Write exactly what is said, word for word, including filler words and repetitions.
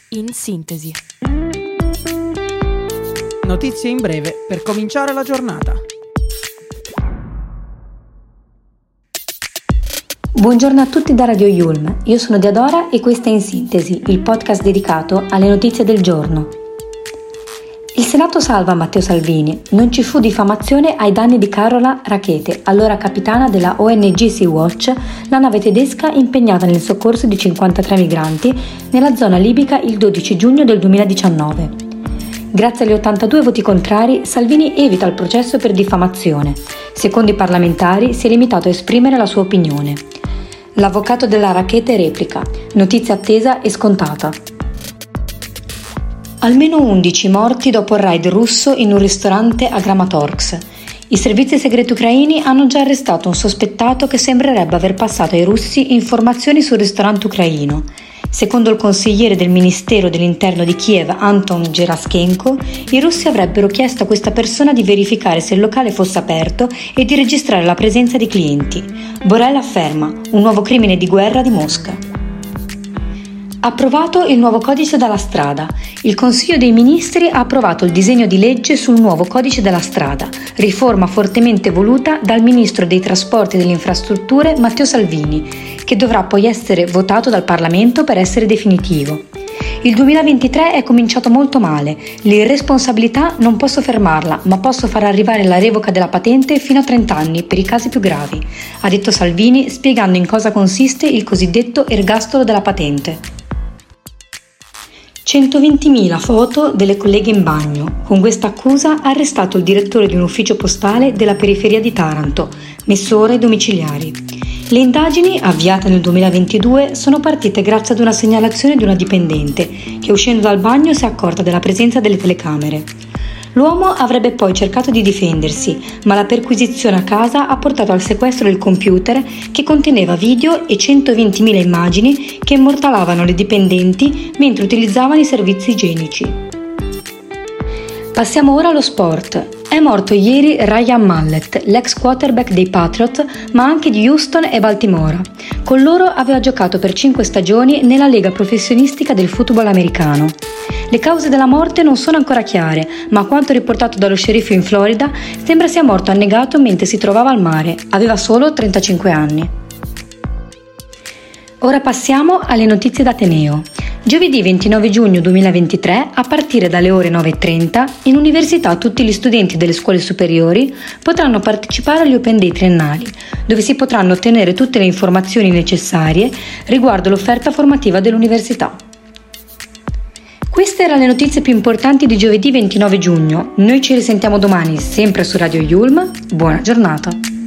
In sintesi. Notizie in breve per cominciare la giornata. Buongiorno a tutti da Radio Yulm, io sono Diadora e questa è In Sintesi, il podcast dedicato alle notizie del giorno. Il Senato salva Matteo Salvini, non ci fu diffamazione ai danni di Carola Rackete, allora capitana della O N G Sea-Watch, la nave tedesca impegnata nel soccorso di cinquantatré migranti nella zona libica il dodici giugno del duemiladiciannove. Grazie agli ottantadue voti contrari, Salvini evita il processo per diffamazione. Secondo i parlamentari si è limitato a esprimere la sua opinione. L'avvocato della Rackete replica: notizia attesa e scontata. Almeno undici morti dopo il raid russo in un ristorante a Kramatorsk. I servizi segreti ucraini hanno già arrestato un sospettato che sembrerebbe aver passato ai russi informazioni sul ristorante ucraino. Secondo il consigliere del Ministero dell'Interno di Kiev, Anton Geraschenko, i russi avrebbero chiesto a questa persona di verificare se il locale fosse aperto e di registrare la presenza di clienti. Borrell afferma: un nuovo crimine di guerra di Mosca. Approvato il nuovo codice della strada. Il Consiglio dei Ministri ha approvato il disegno di legge sul nuovo codice della strada, riforma fortemente voluta dal Ministro dei Trasporti e delle Infrastrutture Matteo Salvini, che dovrà poi essere votato dal Parlamento per essere definitivo. Il duemilaventitré è cominciato molto male. L'irresponsabilità non posso fermarla, ma posso far arrivare la revoca della patente fino a trenta anni per i casi più gravi, ha detto Salvini, spiegando in cosa consiste il cosiddetto ergastolo della patente. centoventimila foto delle colleghe in bagno. Con questa accusa ha arrestato il direttore di un ufficio postale della periferia di Taranto, messo ora ai domiciliari. Le indagini, avviate nel duemilaventidue, sono partite grazie ad una segnalazione di una dipendente che, uscendo dal bagno, si è accorta della presenza delle telecamere. L'uomo avrebbe poi cercato di difendersi, ma la perquisizione a casa ha portato al sequestro del computer che conteneva video e centoventimila immagini che immortalavano le dipendenti mentre utilizzavano i servizi igienici. Passiamo ora allo sport. È morto ieri Ryan Mallett, l'ex quarterback dei Patriot, ma anche di Houston e Baltimora. Con loro aveva giocato per cinque stagioni nella lega professionistica del football americano. Le cause della morte non sono ancora chiare, ma a quanto riportato dallo sceriffo in Florida, sembra sia morto annegato mentre si trovava al mare. Aveva solo trentacinque anni. Ora passiamo alle notizie d'Ateneo. Giovedì ventinove giugno duemilaventitré, a partire dalle ore nove e trenta, in università tutti gli studenti delle scuole superiori potranno partecipare agli Open Day triennali, dove si potranno ottenere tutte le informazioni necessarie riguardo l'offerta formativa dell'università. Queste erano le notizie più importanti di giovedì ventinove giugno. Noi ci risentiamo domani, sempre su Radio Yulm. Buona giornata!